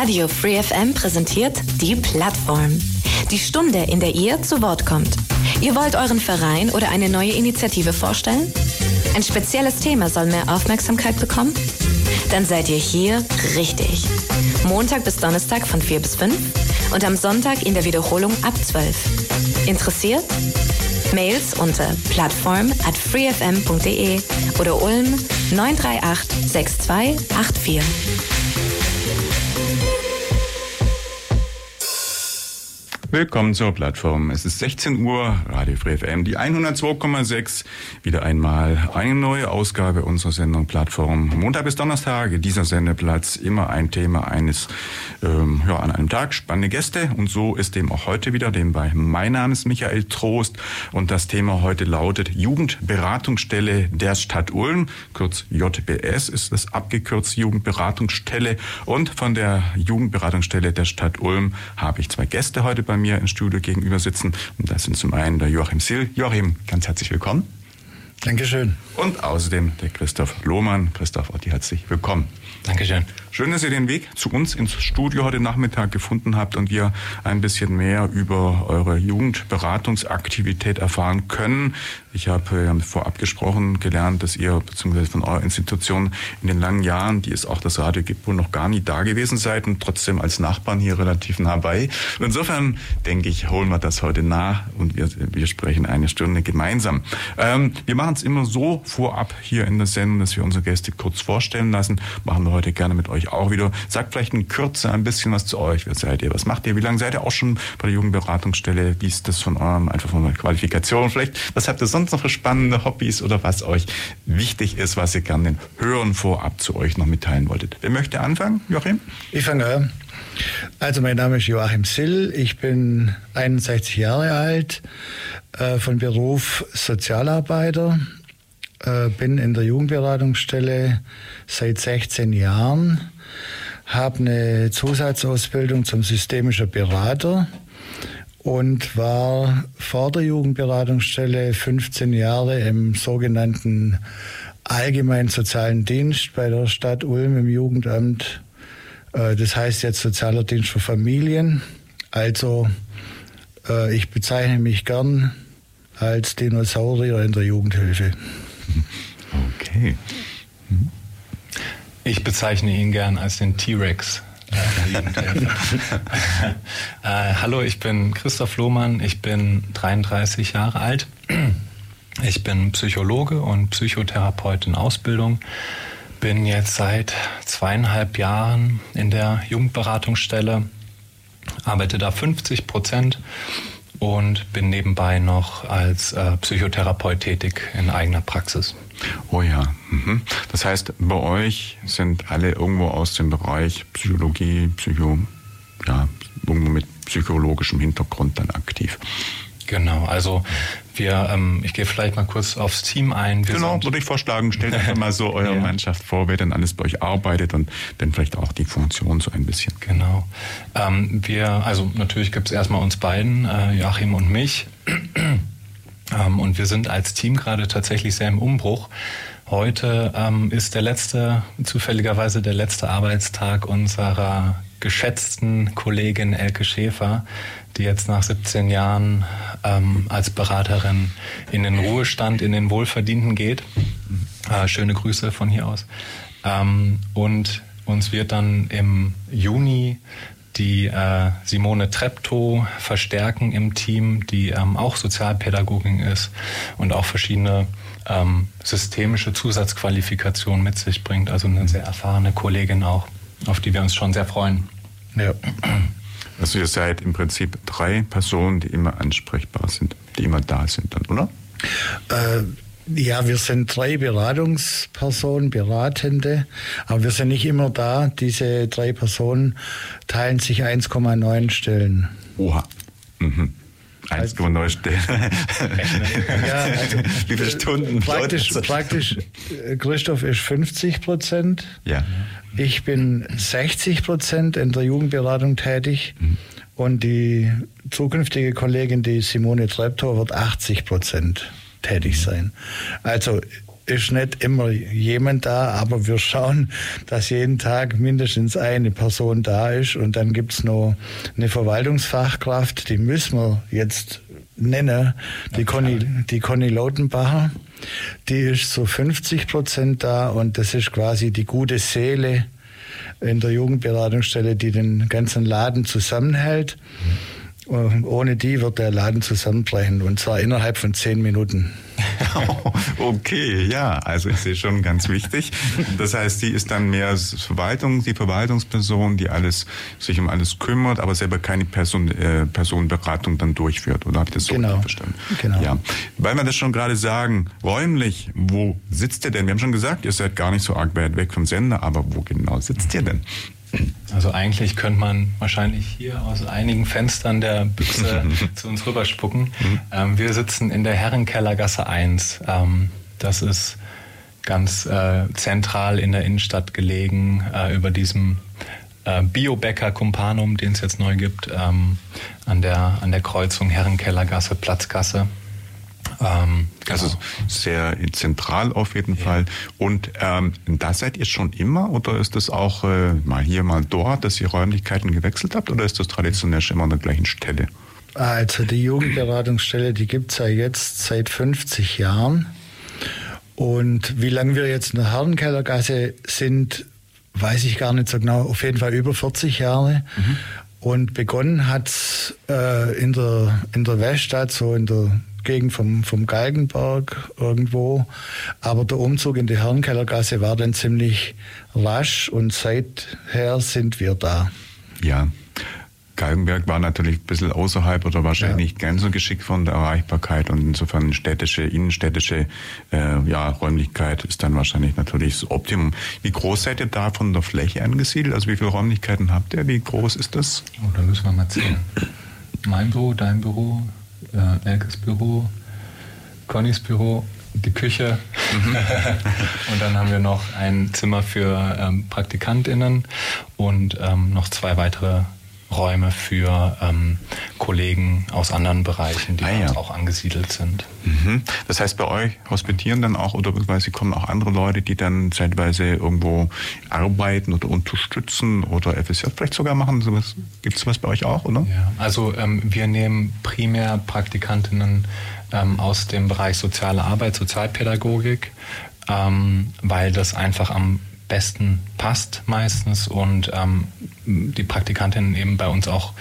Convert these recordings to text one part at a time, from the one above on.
Radio Free FM präsentiert die Plattform. Die Stunde, in der ihr zu Wort kommt. Ihr wollt euren Verein oder eine neue Initiative vorstellen? Ein spezielles Thema soll mehr Aufmerksamkeit bekommen? Dann seid ihr hier richtig. Montag bis Donnerstag von 4 bis 5 und am Sonntag in der Wiederholung ab 12. Interessiert? Mails unter plattform@freefm.de oder Ulm 938 6284. Willkommen zur Plattform. Es ist 16 Uhr, Radio Free FM, die 102,6. Wieder einmal eine neue Ausgabe unserer Sendung Plattform. Montag bis Donnerstag, dieser Sendeplatz, immer ein Thema an einem Tag, spannende Gäste. Und so ist dem auch heute wieder, mein Name ist Michael Trost und das Thema heute lautet Jugendberatungsstelle der Stadt Ulm, kurz JBS ist das abgekürzt, Jugendberatungsstelle. Und von der Jugendberatungsstelle der Stadt Ulm habe ich zwei Gäste heute bei mir im Studio gegenüber sitzen. Und das sind zum einen der Joachim Sill. Joachim, ganz herzlich willkommen. Dankeschön. Und außerdem der Christoph Lohmann. Christoph, auch dir herzlich willkommen. Dankeschön. Schön, dass ihr den Weg zu uns ins Studio heute Nachmittag gefunden habt und wir ein bisschen mehr über eure Jugendberatungsaktivität erfahren können. Ich habe vorab gelernt, dass ihr bzw. von eurer Institution in den langen Jahren, die es auch das Radio gibt, wohl noch gar nie da gewesen seid und trotzdem als Nachbarn hier relativ nah bei. Und insofern denke ich, holen wir das heute nach und wir sprechen eine Stunde gemeinsam. Wir machen es immer so vorab hier in der Sendung, dass wir unsere Gäste kurz vorstellen lassen. Machen wir heute gerne mit euch auch wieder. Sagt vielleicht in Kürze ein bisschen was zu euch. Wer seid ihr? Was macht ihr? Wie lange seid ihr auch schon bei der Jugendberatungsstelle? Wie ist das von der Qualifikation? Vielleicht, was habt ihr sonst noch für spannende Hobbys oder was euch wichtig ist, was ihr gerne den Hörern vorab zu euch noch mitteilen wolltet? Wer möchte anfangen, Joachim? Ich fange an. Also mein Name ist Joachim Sill. Ich bin 61 Jahre alt, von Beruf Sozialarbeiter. Bin in der Jugendberatungsstelle seit 16 Jahren, habe eine Zusatzausbildung zum systemischen Berater und war vor der Jugendberatungsstelle 15 Jahre im sogenannten Allgemeinen Sozialen Dienst bei der Stadt Ulm im Jugendamt. Das heißt jetzt Sozialer Dienst für Familien. Also ich bezeichne mich gern als Dinosaurier in der Jugendhilfe. Okay. Ich bezeichne ihn gern als den T-Rex. Hallo, ich bin Christoph Lohmann, ich bin 33 Jahre alt. Ich bin Psychologe und Psychotherapeut in Ausbildung. Bin jetzt seit 2,5 Jahren in der Jugendberatungsstelle, arbeite da 50% und bin nebenbei noch als Psychotherapeut tätig in eigener Praxis. Oh ja. Das heißt, bei euch sind alle irgendwo aus dem Bereich Psychologie, irgendwo mit psychologischem Hintergrund dann aktiv. Genau, also ich gehe vielleicht mal kurz aufs Team ein. Würde ich vorschlagen, stellt einfach mal so eure Mannschaft vor, wer denn alles bei euch arbeitet und dann vielleicht auch die Funktion so ein bisschen. Genau. Natürlich gibt es erstmal uns beiden, Joachim und mich. Und wir sind als Team gerade tatsächlich sehr im Umbruch. Heute ist zufälligerweise der letzte Arbeitstag unserer geschätzten Kollegin Elke Schäfer, die jetzt nach 17 Jahren als Beraterin in den Ruhestand, in den Wohlverdienten geht. Schöne Grüße von hier aus. Und uns wird dann im Juni die Simone Treptow verstärken im Team, die auch Sozialpädagogin ist und auch verschiedene systemische Zusatzqualifikationen mit sich bringt. Also eine sehr erfahrene Kollegin auch, auf die wir uns schon sehr freuen. Ja. Also ihr seid im Prinzip 3 Personen, die immer ansprechbar sind, die immer da sind dann, oder? Ja, wir sind 3 Beratungspersonen, Beratende, aber wir sind nicht immer da. Diese 3 Personen teilen sich 1,9 Stellen. Oha. 1,9 Stellen. Ja, also wie viele Stunden? Praktisch, Christoph ist 50%. Ja. Ich bin 60% in der Jugendberatung tätig. Und die zukünftige Kollegin, die Simone Treptow, wird 80% tätig sein. Also ist nicht immer jemand da, aber wir schauen, dass jeden Tag mindestens eine Person da ist. Und dann gibt es noch eine Verwaltungsfachkraft, die müssen wir jetzt nennen, die Conny Lautenbacher. Die ist so 50% da und das ist quasi die gute Seele in der Jugendberatungsstelle, die den ganzen Laden zusammenhält. Ohne die wird der Laden zusammenbrechen und zwar innerhalb von 10 Minuten. Okay, ja, also ich sehe schon ganz wichtig. Das heißt, die ist dann mehr die Verwaltungsperson, die sich um alles kümmert, aber selber keine Personenberatung dann durchführt. Oder habe ich das so richtig verstanden? Genau. Ja. Weil wir das schon gerade sagen, räumlich, wo sitzt ihr denn? Wir haben schon gesagt, ihr seid gar nicht so arg weit weg vom Sender, aber wo genau sitzt ihr denn? Also eigentlich könnte man wahrscheinlich hier aus einigen Fenstern der Büchse zu uns rüberspucken. Wir sitzen in der Herrenkellergasse 1. Das ist ganz zentral in der Innenstadt gelegen, über diesem Biobäcker Kumpanum, den es jetzt neu gibt, an der Kreuzung Herrenkellergasse, Platzgasse. Genau. Also sehr zentral auf jeden Fall. Und da seid ihr schon immer oder ist das auch mal hier, mal dort, dass ihr Räumlichkeiten gewechselt habt oder ist das traditionell schon immer an der gleichen Stelle? Also die Jugendberatungsstelle, die gibt es ja jetzt seit 50 Jahren. Und wie lange wir jetzt in der Herrenkellergasse sind, weiß ich gar nicht so genau. Auf jeden Fall über 40 Jahre. Mhm. Und begonnen hat es in der Weststadt, so in der Gegend vom Galgenberg irgendwo. Aber der Umzug in die Herrenkellergasse war dann ziemlich rasch und seither sind wir da. Ja, Galgenberg war natürlich ein bisschen außerhalb oder wahrscheinlich nicht ganz so geschickt von der Erreichbarkeit und insofern innenstädtische Räumlichkeit ist dann wahrscheinlich natürlich das Optimum. Wie groß seid ihr da von der Fläche angesiedelt? Also wie viele Räumlichkeiten habt ihr? Wie groß ist das? Oh, da müssen wir mal zählen. Mein Büro, dein Büro, Elkes Büro, Connys Büro, die Küche. Und dann haben wir noch ein Zimmer für PraktikantInnen und noch 2 weitere Räume für Kollegen aus anderen Bereichen, die bei uns auch angesiedelt sind. Mhm. Das heißt, bei euch hospitieren dann auch oder kommen auch andere Leute, die dann zeitweise irgendwo arbeiten oder unterstützen oder FSJ vielleicht sogar machen? Gibt es sowas bei euch auch, oder? Ja, also wir nehmen primär Praktikantinnen aus dem Bereich soziale Arbeit, Sozialpädagogik, weil das einfach am besten passt meistens und die Praktikantinnen eben bei uns auch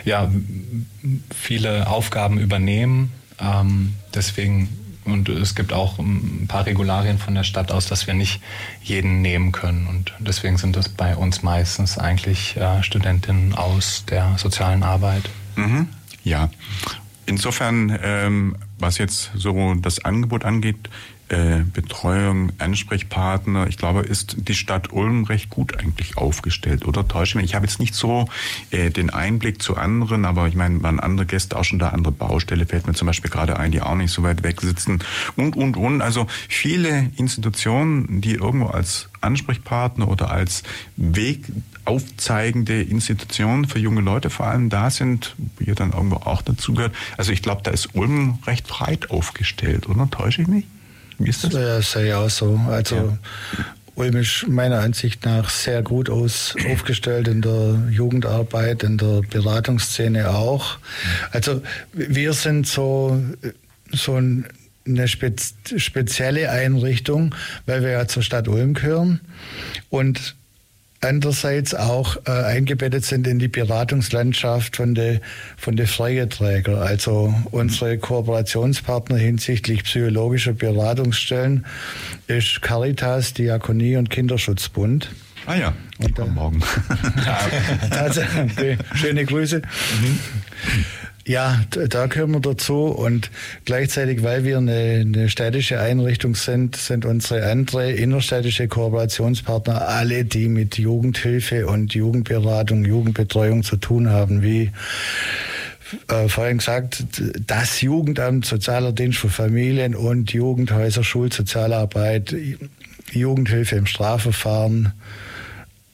viele Aufgaben übernehmen. Deswegen, und es gibt auch ein paar Regularien von der Stadt aus, dass wir nicht jeden nehmen können. Und deswegen sind das bei uns meistens eigentlich Studentinnen aus der sozialen Arbeit. Mhm. Ja, insofern, was jetzt so das Angebot angeht, Betreuung, Ansprechpartner, ich glaube, ist die Stadt Ulm recht gut eigentlich aufgestellt, oder? Täusche mich? Ich habe jetzt nicht so den Einblick zu anderen, aber ich meine, waren andere Gäste auch schon da, andere Baustelle fällt mir zum Beispiel gerade ein, die auch nicht so weit weg sitzen und. Also viele Institutionen, die irgendwo als Ansprechpartner oder als Weg aufzeigende Institutionen für junge Leute vor allem da sind, wie ihr dann irgendwo auch dazu gehört. Also ich glaube, da ist Ulm recht breit aufgestellt, oder? Täusche ich mich? Wie ist das? Ja, sei ja auch so. Also Ulm ist meiner Ansicht nach sehr gut aufgestellt in der Jugendarbeit, in der Beratungsszene auch. Also wir sind so eine spezielle Einrichtung, weil wir ja zur Stadt Ulm gehören und andererseits auch eingebettet sind in die Beratungslandschaft von den freien Trägern. Also unsere Kooperationspartner hinsichtlich psychologischer Beratungsstellen ist Caritas, Diakonie und Kinderschutzbund. Ah ja, die kommen morgen. Also, okay. Schöne Grüße. Mhm. Ja, da gehören wir dazu und gleichzeitig, weil wir eine städtische Einrichtung sind unsere andere innerstädtische Kooperationspartner alle, die mit Jugendhilfe und Jugendberatung, Jugendbetreuung zu tun haben, wie vorhin gesagt, das Jugendamt, Sozialer Dienst für Familien und Jugendhäuser, Schulsozialarbeit, Jugendhilfe im Strafverfahren,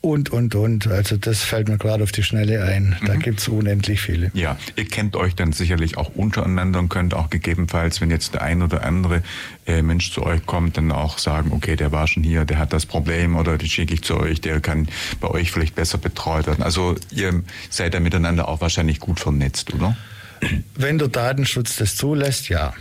Und. Also das fällt mir gerade auf die Schnelle ein. Da gibt's unendlich viele. Ja, ihr kennt euch dann sicherlich auch untereinander und könnt auch gegebenenfalls, wenn jetzt der ein oder andere Mensch zu euch kommt, dann auch sagen, okay, der war schon hier, der hat das Problem oder die schicke ich zu euch, der kann bei euch vielleicht besser betreut werden. Also ihr seid da miteinander auch wahrscheinlich gut vernetzt, oder? Wenn der Datenschutz das zulässt, ja.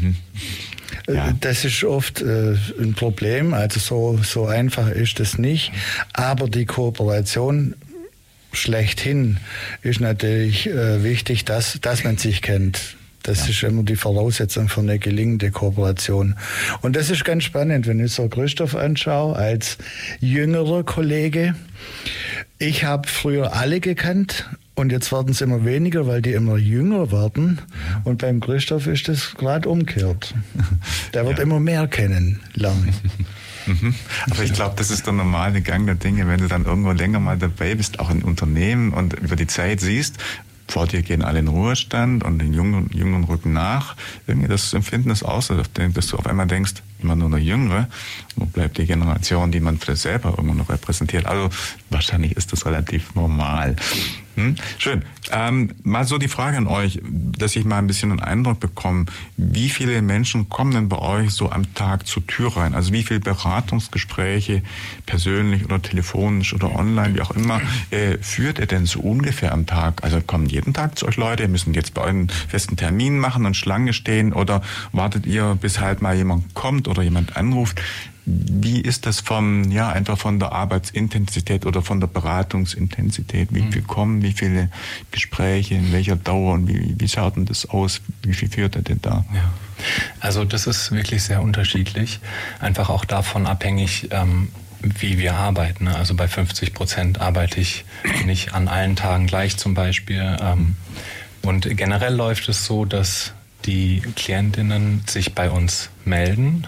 Ja. Das ist oft ein Problem, also so einfach ist das nicht. Aber die Kooperation schlechthin ist natürlich wichtig, dass man sich kennt. Das ist immer die Voraussetzung für eine gelingende Kooperation. Und das ist ganz spannend, wenn ich so Christoph anschaue, als jüngerer Kollege. Ich habe früher alle gekannt. Und jetzt werden es immer weniger, weil die immer jünger werden. Und beim Christoph ist das gerade umgekehrt. Der wird immer mehr kennenlernen. Aber ich glaube, das ist der normale Gang der Dinge, wenn du dann irgendwo länger mal dabei bist, auch in Unternehmen und über die Zeit siehst, vor dir gehen alle in Ruhestand und den Jüngeren rücken nach. Irgendwie das Empfinden ist aus, dass du auf einmal denkst, immer nur eine Jüngere, wo bleibt die Generation, die man vielleicht selber irgendwo noch repräsentiert. Also wahrscheinlich ist das relativ normal. Schön. Mal so die Frage an euch, dass ich mal ein bisschen einen Eindruck bekomme. Wie viele Menschen kommen denn bei euch so am Tag zur Tür rein? Also wie viele Beratungsgespräche, persönlich oder telefonisch oder online, wie auch immer, führt ihr denn so ungefähr am Tag? Also kommen jeden Tag zu euch Leute, ihr müsst jetzt bei euch einen festen Termin machen und Schlange stehen oder wartet ihr, bis halt mal jemand kommt oder jemand anruft? Wie ist das einfach von der Arbeitsintensität oder von der Beratungsintensität? Wie viel kommen, wie viele Gespräche, in welcher Dauer und wie schaut denn das aus? Wie viel führt er denn da? Ja. Also das ist wirklich sehr unterschiedlich. Einfach auch davon abhängig, wie wir arbeiten. Also bei 50% arbeite ich nicht an allen Tagen gleich zum Beispiel. Und generell läuft es so, dass die Klientinnen sich bei uns melden,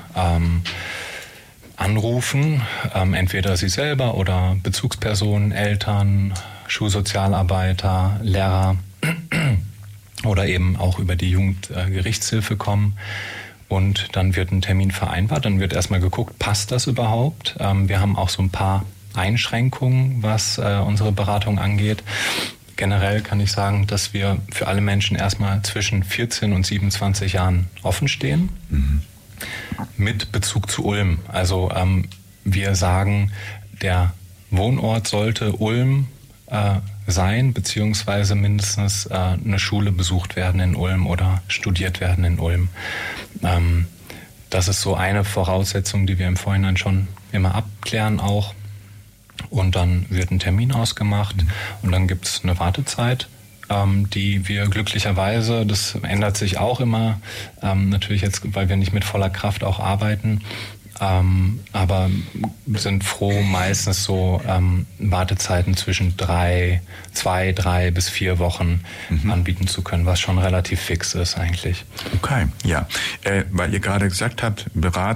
anrufen, entweder sie selber oder Bezugspersonen, Eltern, Schulsozialarbeiter, Lehrer oder eben auch über die Jugendgerichtshilfe kommen. Und dann wird ein Termin vereinbart, dann wird erstmal geguckt, passt das überhaupt? Wir haben auch so ein paar Einschränkungen, was unsere Beratung angeht. Generell kann ich sagen, dass wir für alle Menschen erstmal zwischen 14 und 27 Jahren offen stehen. Mit Bezug zu Ulm. Also wir sagen, der Wohnort sollte Ulm sein, beziehungsweise mindestens eine Schule besucht werden in Ulm oder studiert werden in Ulm. Das ist so eine Voraussetzung, die wir im Vorhinein schon immer abklären auch. Und dann wird ein Termin ausgemacht und dann gibt es eine Wartezeit, die wir glücklicherweise, das ändert sich auch immer, natürlich jetzt, weil wir nicht mit voller Kraft auch arbeiten, aber sind froh, meistens so Wartezeiten zwischen 2, 3 bis 4 Wochen anbieten zu können, was schon relativ fix ist eigentlich. Okay, ja. Weil ihr gerade gesagt habt,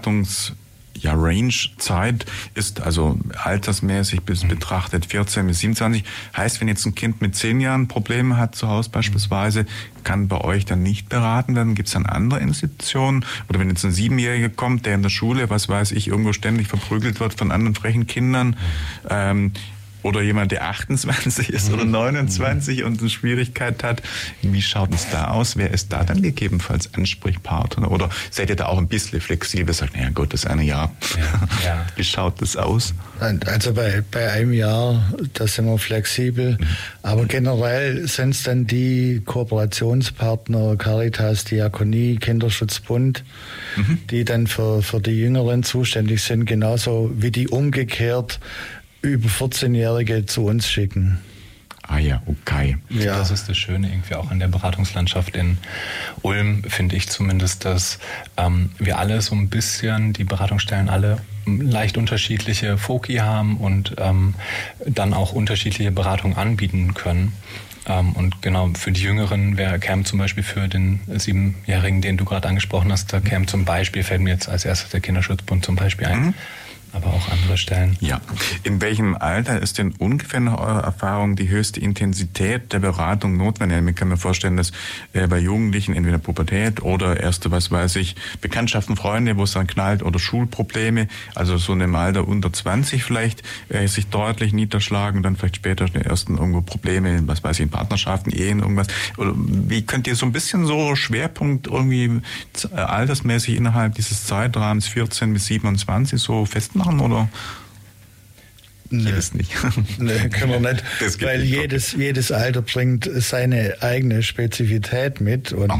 Range-Zeit ist also altersmäßig bis betrachtet 14 bis 27. Heißt, wenn jetzt ein Kind mit 10 Jahren Probleme hat zu Hause beispielsweise, kann bei euch dann nicht beraten werden? Gibt es dann andere Institutionen? Oder wenn jetzt ein 7-Jähriger kommt, der in der Schule, was weiß ich, irgendwo ständig verprügelt wird von anderen frechen Kindern, oder jemand, der 28 ist oder 29 und eine Schwierigkeit hat. Wie schaut es da aus? Wer ist da dann gegebenenfalls Ansprechpartner? Oder seid ihr da auch ein bisschen flexibel? Sagt, naja gut, das eine Jahr. Ja. Wie schaut das aus? Also bei einem Jahr, da sind wir flexibel. Aber generell sind es dann die Kooperationspartner Caritas, Diakonie, Kinderschutzbund, die dann für die Jüngeren zuständig sind, genauso wie die umgekehrt über 14-Jährige zu uns schicken. Ah ja, okay. Ja. Das ist das Schöne irgendwie auch an der Beratungslandschaft in Ulm, finde ich zumindest, dass wir alle so ein bisschen, die Beratungsstellen alle leicht unterschiedliche Foki haben und dann auch unterschiedliche Beratungen anbieten können. Und genau für die Jüngeren käme zum Beispiel für den 7-Jährigen, den du gerade angesprochen hast, da käme zum Beispiel, fällt mir jetzt als erstes der Kinderschutzbund zum Beispiel ein, aber auch andere Stellen. Ja. In welchem Alter ist denn ungefähr nach eurer Erfahrung die höchste Intensität der Beratung notwendig? Ich kann mir vorstellen, dass bei Jugendlichen entweder Pubertät oder erste, Bekanntschaften, Freunde, wo es dann knallt, oder Schulprobleme, also so in einem Alter unter 20 vielleicht, sich deutlich niederschlagen, dann vielleicht später die ersten irgendwo Probleme, in Partnerschaften, Ehen, irgendwas. Oder wie könnt ihr so ein bisschen so Schwerpunkt irgendwie altersmäßig innerhalb dieses Zeitrahmens 14 bis 27 so festmachen, oder? Nee, das nicht. Nee, können wir nicht, weil jedes Alter bringt seine eigene Spezifität mit und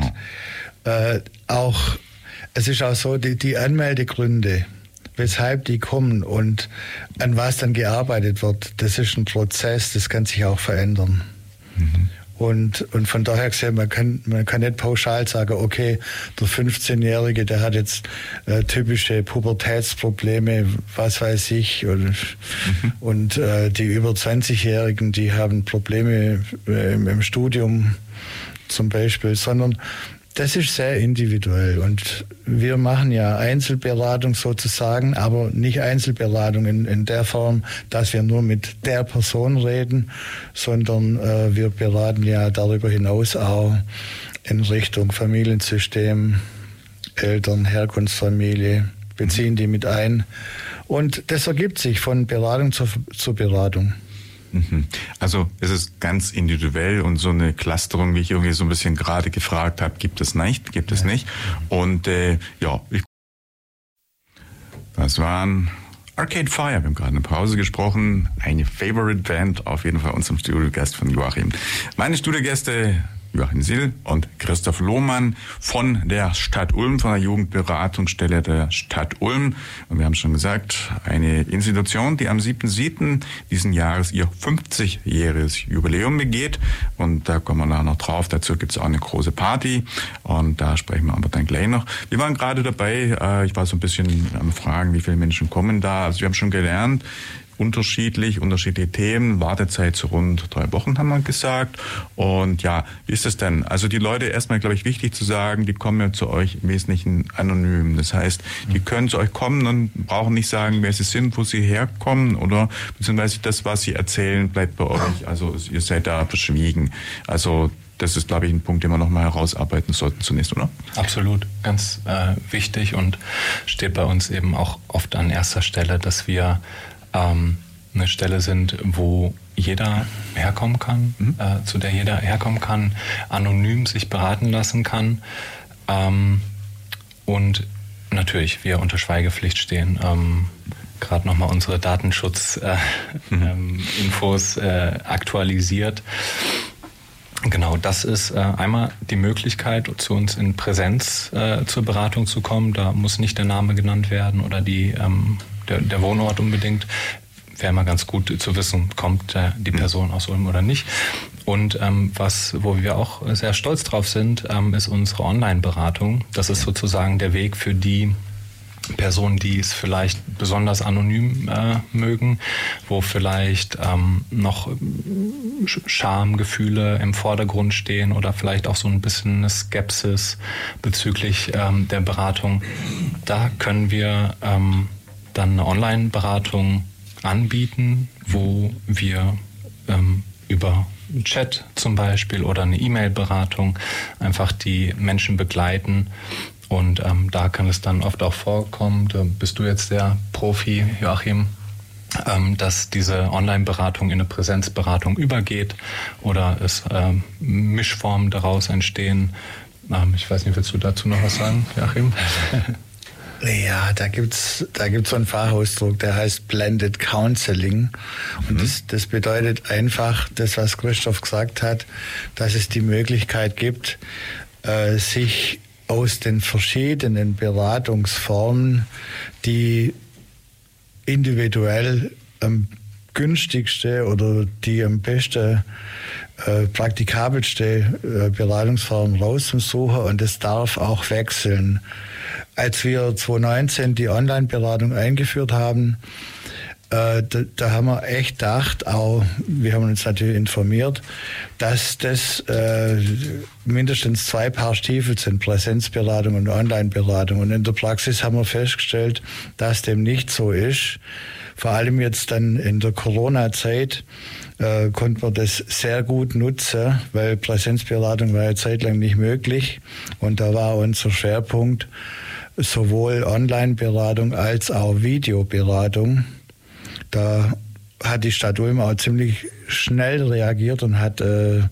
es ist auch so, die Anmeldegründe, weshalb die kommen und an was dann gearbeitet wird, das ist ein Prozess, das kann sich auch verändern. Mhm. Und von daher gesehen, man kann nicht pauschal sagen, okay, der 15-Jährige, der hat jetzt typische Pubertätsprobleme, was weiß ich, und die über 20-Jährigen, die haben Probleme im Studium zum Beispiel, sondern das ist sehr individuell und wir machen ja Einzelberatung sozusagen, aber nicht Einzelberatung in der Form, dass wir nur mit der Person reden, sondern wir beraten ja darüber hinaus auch in Richtung Familiensystem, Eltern, Herkunftsfamilie, beziehen die mit ein und das ergibt sich von Beratung zu Beratung. Also es ist ganz individuell und so eine Clusterung, wie ich irgendwie so ein bisschen gerade gefragt habe, gibt es nicht. Und das waren Arcade Fire. Wir haben gerade eine Pause gesprochen. Eine Favorite Band, auf jeden Fall unserem Studiogast von Joachim. Meine Studiogäste Joachim Sill und Christoph Lohmann von der Stadt Ulm, von der Jugendberatungsstelle der Stadt Ulm. Und wir haben schon gesagt, eine Institution, die am 7.7. diesen Jahres ihr 50-jähriges Jubiläum begeht. Und da kommen wir nachher noch drauf. Dazu gibt es auch eine große Party. Und da sprechen wir aber dann gleich noch. Wir waren gerade dabei, ich war so ein bisschen am Fragen, wie viele Menschen kommen da. Also wir haben schon gelernt, unterschiedliche Themen, Wartezeit so rund 3 Wochen, haben wir gesagt. Und ja, wie ist das denn? Also die Leute, erstmal, glaube ich, wichtig zu sagen, die kommen ja zu euch im Wesentlichen anonym. Das heißt, die können zu euch kommen und brauchen nicht sagen, wer sie sind, wo sie herkommen oder beziehungsweise das, was sie erzählen, bleibt bei euch. Also ihr seid da verschwiegen. Also das ist, glaube ich, ein Punkt, den wir nochmal herausarbeiten sollten zunächst, oder? Absolut, ganz wichtig und steht bei uns eben auch oft an erster Stelle, dass wir eine Stelle sind, wo jeder herkommen kann, zu der jeder herkommen kann, anonym sich beraten lassen kann und natürlich wir unter Schweigepflicht stehen. Gerade nochmal unsere Datenschutz-Infos aktualisiert. Genau, das ist einmal die Möglichkeit, zu uns in Präsenz zur Beratung zu kommen. Da muss nicht der Name genannt werden oder der Wohnort unbedingt. Wäre mal ganz gut zu wissen, kommt die Person aus Ulm oder nicht. Und wo wir auch sehr stolz drauf sind, ist unsere Online-Beratung. Das ist sozusagen der Weg für die Personen, die es vielleicht besonders anonym mögen, wo vielleicht noch Schamgefühle im Vordergrund stehen oder vielleicht auch so ein bisschen eine Skepsis bezüglich der Beratung. Da können wir dann eine Online-Beratung anbieten, wo wir über Chat zum Beispiel oder eine E-Mail-Beratung einfach die Menschen begleiten. Und da kann es dann oft auch vorkommen, da bist du jetzt der Profi, Joachim, dass diese Online-Beratung in eine Präsenzberatung übergeht oder es Mischformen daraus entstehen. Ich weiß nicht, willst du dazu noch was sagen, Joachim? Ja, da gibt's so einen Fachausdruck, der heißt Blended Counseling. Und das bedeutet einfach, das, was Christoph gesagt hat, dass es die Möglichkeit gibt, sich aus den verschiedenen Beratungsformen, die individuell am günstigste oder die am besten praktikabelste Beratungsform rauszusuchen, und es darf auch wechseln. Als wir 2019 die Online-Beratung eingeführt haben, Da haben wir echt gedacht, auch wir haben uns natürlich informiert, dass das mindestens 2 Paar Stiefel sind, Präsenzberatung und Online-Beratung. Und in der Praxis haben wir festgestellt, dass dem nicht so ist. Vor allem jetzt dann in der Corona-Zeit konnten wir das sehr gut nutzen, weil Präsenzberatung war ja zeitlang nicht möglich. Und da war unser Schwerpunkt sowohl Online-Beratung als auch Videoberatung. Da hat die Stadt Ulm auch ziemlich schnell reagiert und hat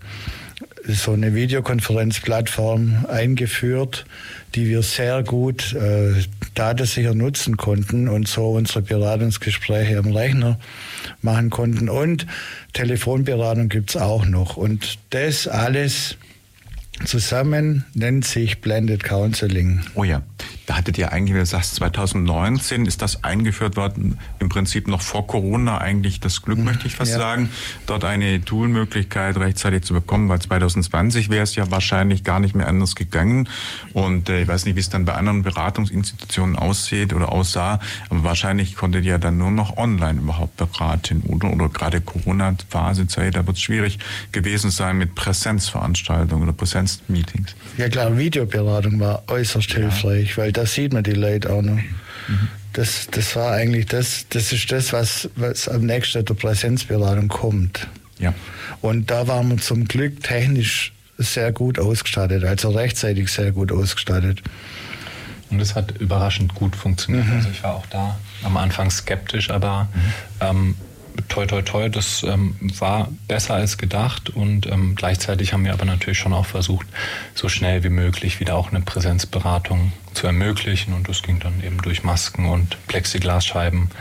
so eine Videokonferenzplattform eingeführt, die wir sehr gut datensicher nutzen konnten und so unsere Beratungsgespräche am Rechner machen konnten. Und Telefonberatung gibt's auch noch. Und das alles zusammen nennt sich Blended Counseling. Oh ja, da hattet ihr eigentlich, wie du sagst, 2019 ist das eingeführt worden, im Prinzip noch vor Corona eigentlich das Glück, möchte ich fast sagen, dort eine Toolmöglichkeit rechtzeitig zu bekommen, weil 2020 wäre es ja wahrscheinlich gar nicht mehr anders gegangen und ich weiß nicht, wie es dann bei anderen Beratungsinstitutionen aussieht oder aussah, aber wahrscheinlich konntet ihr dann nur noch online überhaupt beraten oder gerade Corona-Phase-Zeit, da wird es schwierig gewesen sein mit Präsenzveranstaltungen oder Präsenzmeetings. Ja klar, Videoberatung war äußerst hilfreich, weil da sieht man die Leute auch noch. Das war eigentlich das ist das, was am nächsten der Präsenzberatung kommt. Ja. Und da waren wir zum Glück technisch sehr gut ausgestattet, also rechtzeitig sehr gut ausgestattet. Und es hat überraschend gut funktioniert. Also ich war auch da am Anfang skeptisch, aber toi, toi, toi, das war besser als gedacht und gleichzeitig haben wir aber natürlich schon auch versucht, so schnell wie möglich wieder auch eine Präsenzberatung zu ermöglichen und das ging dann eben durch Masken und Plexiglasscheiben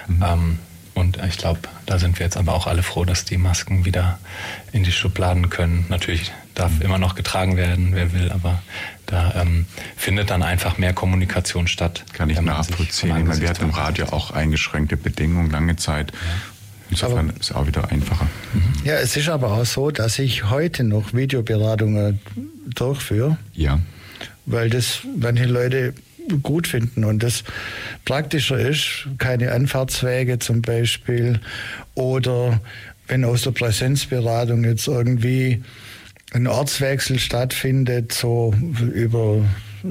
und ich glaube, da sind wir jetzt aber auch alle froh, dass die Masken wieder in die Schubladen können. Natürlich darf immer noch getragen werden, wer will, aber da findet dann einfach mehr Kommunikation statt. Kann ich nachvollziehen. Wir hatten im Radio auch eingeschränkte Bedingungen lange Zeit. Insofern ist es auch wieder einfacher. Ja, es ist aber auch so, dass ich heute noch Videoberatungen durchführe. Ja. Weil das manche Leute gut finden und das praktischer ist, keine Anfahrtswege zum Beispiel oder wenn aus der Präsenzberatung jetzt irgendwie ein Ortswechsel stattfindet, so über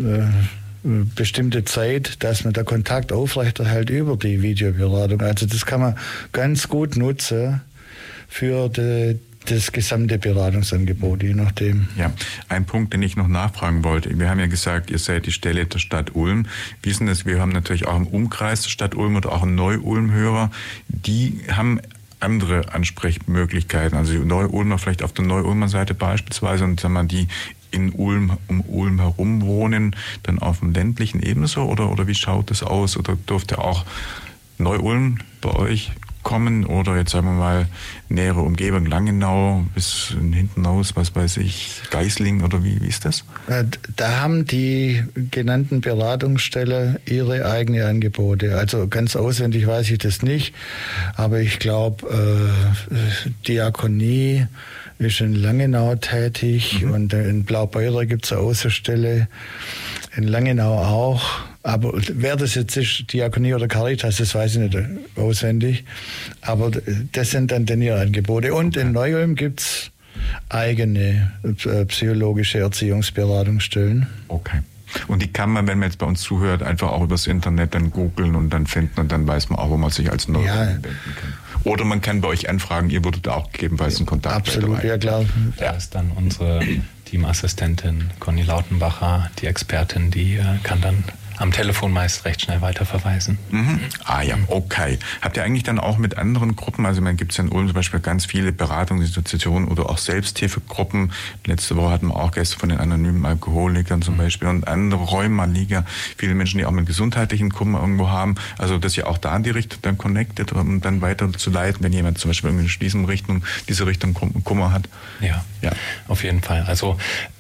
bestimmte Zeit, dass man der Kontakt aufrechterhält über die Videoberatung. Also das kann man ganz gut nutzen für das gesamte Beratungsangebot, je nachdem. Ja, ein Punkt, den ich noch nachfragen wollte. Wir haben ja gesagt, ihr seid die Stelle der Stadt Ulm. Wie ist denn das? Wir haben natürlich auch im Umkreis der Stadt Ulm oder auch in Neu-Ulm Hörer. Die haben andere Ansprechmöglichkeiten. Also die Neu-Ulmer vielleicht auf der Neu-Ulmer Seite beispielsweise und sagen wir, die in Ulm, um Ulm herum wohnen, dann auf dem ländlichen ebenso? Oder wie schaut das aus? Oder durfte auch Neu-Ulm bei euch kommen? Oder jetzt sagen wir mal nähere Umgebung, Langenau bis hinten raus, was weiß ich, Geisling oder wie ist das? Da haben die genannten Beratungsstellen ihre eigenen Angebote. Also ganz auswendig weiß ich das nicht, aber ich glaube, Diakonie ist in Langenau tätig und in Blaubeurer gibt es eine Außenstelle, in Langenau auch. Aber wer das jetzt ist, Diakonie oder Caritas, das weiß ich nicht auswendig. Aber das sind dann ihre Angebote. Und in Neu-Ulm gibt es eigene psychologische Erziehungsberatungsstellen. Okay. Und die kann man, wenn man jetzt bei uns zuhört, einfach auch übers Internet dann googeln und dann finden und dann weiß man auch, wo man sich als Neu-Ulm wenden kann. Oder man kann bei euch anfragen, ihr würdet auch gegebenenfalls einen Kontakt. Absolut, ja klar. Da ist dann unsere Teamassistentin Conny Lautenbacher, die Expertin, die kann dann am Telefon meist recht schnell weiterverweisen. Ah ja, okay. Habt ihr eigentlich dann auch mit anderen Gruppen, also man gibt es ja in Ulm zum Beispiel ganz viele Beratungsinstitutionen oder auch Selbsthilfegruppen. Letzte Woche hatten wir auch Gäste von den anonymen Alkoholikern zum Beispiel und andere Rheumaliga, viele Menschen, die auch mit gesundheitlichen Kummer irgendwo haben. Also dass ihr auch da in die Richtung dann connected, um dann weiterzuleiten, wenn jemand zum Beispiel in diese Richtung Kummer hat. Ja, auf jeden Fall. Also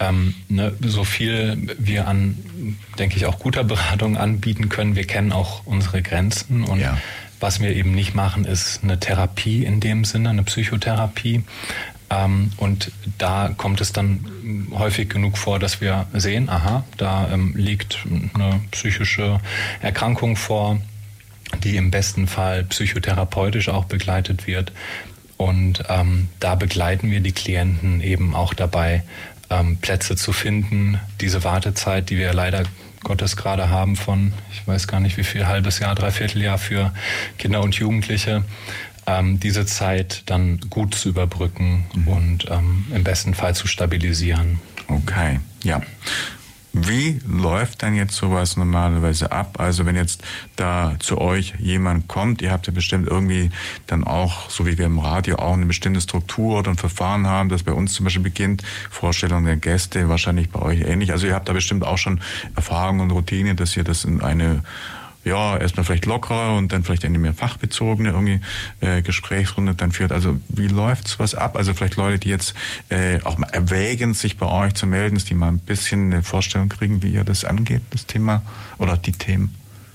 so viel wir an, denke ich, auch guter Beratung anbieten können. Wir kennen auch unsere Grenzen und was wir eben nicht machen, ist eine Therapie in dem Sinne, eine Psychotherapie. Und da kommt es dann häufig genug vor, dass wir sehen, da liegt eine psychische Erkrankung vor. die im besten Fall psychotherapeutisch auch begleitet wird. Und da begleiten wir die Klienten eben auch dabei, Plätze zu finden. Diese Wartezeit, die wir leider Gottes gerade haben von, ich weiß gar nicht wie viel, halbes Jahr, Dreivierteljahr für Kinder und Jugendliche, diese Zeit dann gut zu überbrücken und im besten Fall zu stabilisieren. Okay, ja. Wie läuft dann jetzt sowas normalerweise ab? Also wenn jetzt da zu euch jemand kommt, ihr habt ja bestimmt irgendwie dann auch, so wie wir im Radio auch eine bestimmte Struktur oder ein Verfahren haben, das bei uns zum Beispiel beginnt, Vorstellung der Gäste, wahrscheinlich bei euch ähnlich. Also ihr habt da bestimmt auch schon Erfahrung und Routine, dass ihr das in eine, ja, erstmal vielleicht lockerer und dann vielleicht eine mehr fachbezogene irgendwie Gesprächsrunde dann führt. Also wie läuft sowas ab? Also vielleicht Leute, die jetzt auch mal erwägen, sich bei euch zu melden, dass die mal ein bisschen eine Vorstellung kriegen, wie ihr das angeht, das Thema oder die Themen.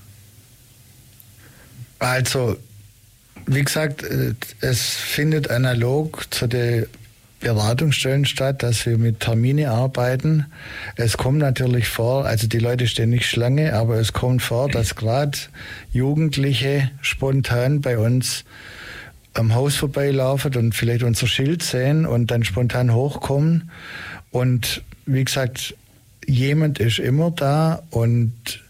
Also, wie gesagt, es findet analog zu den Beratungsstellen statt, dass wir mit Termine arbeiten. Es kommt natürlich vor, also die Leute stehen nicht Schlange, aber es kommt vor, dass gerade Jugendliche spontan bei uns am Haus vorbeilaufen und vielleicht unser Schild sehen und dann spontan hochkommen. Und wie gesagt, jemand ist immer da und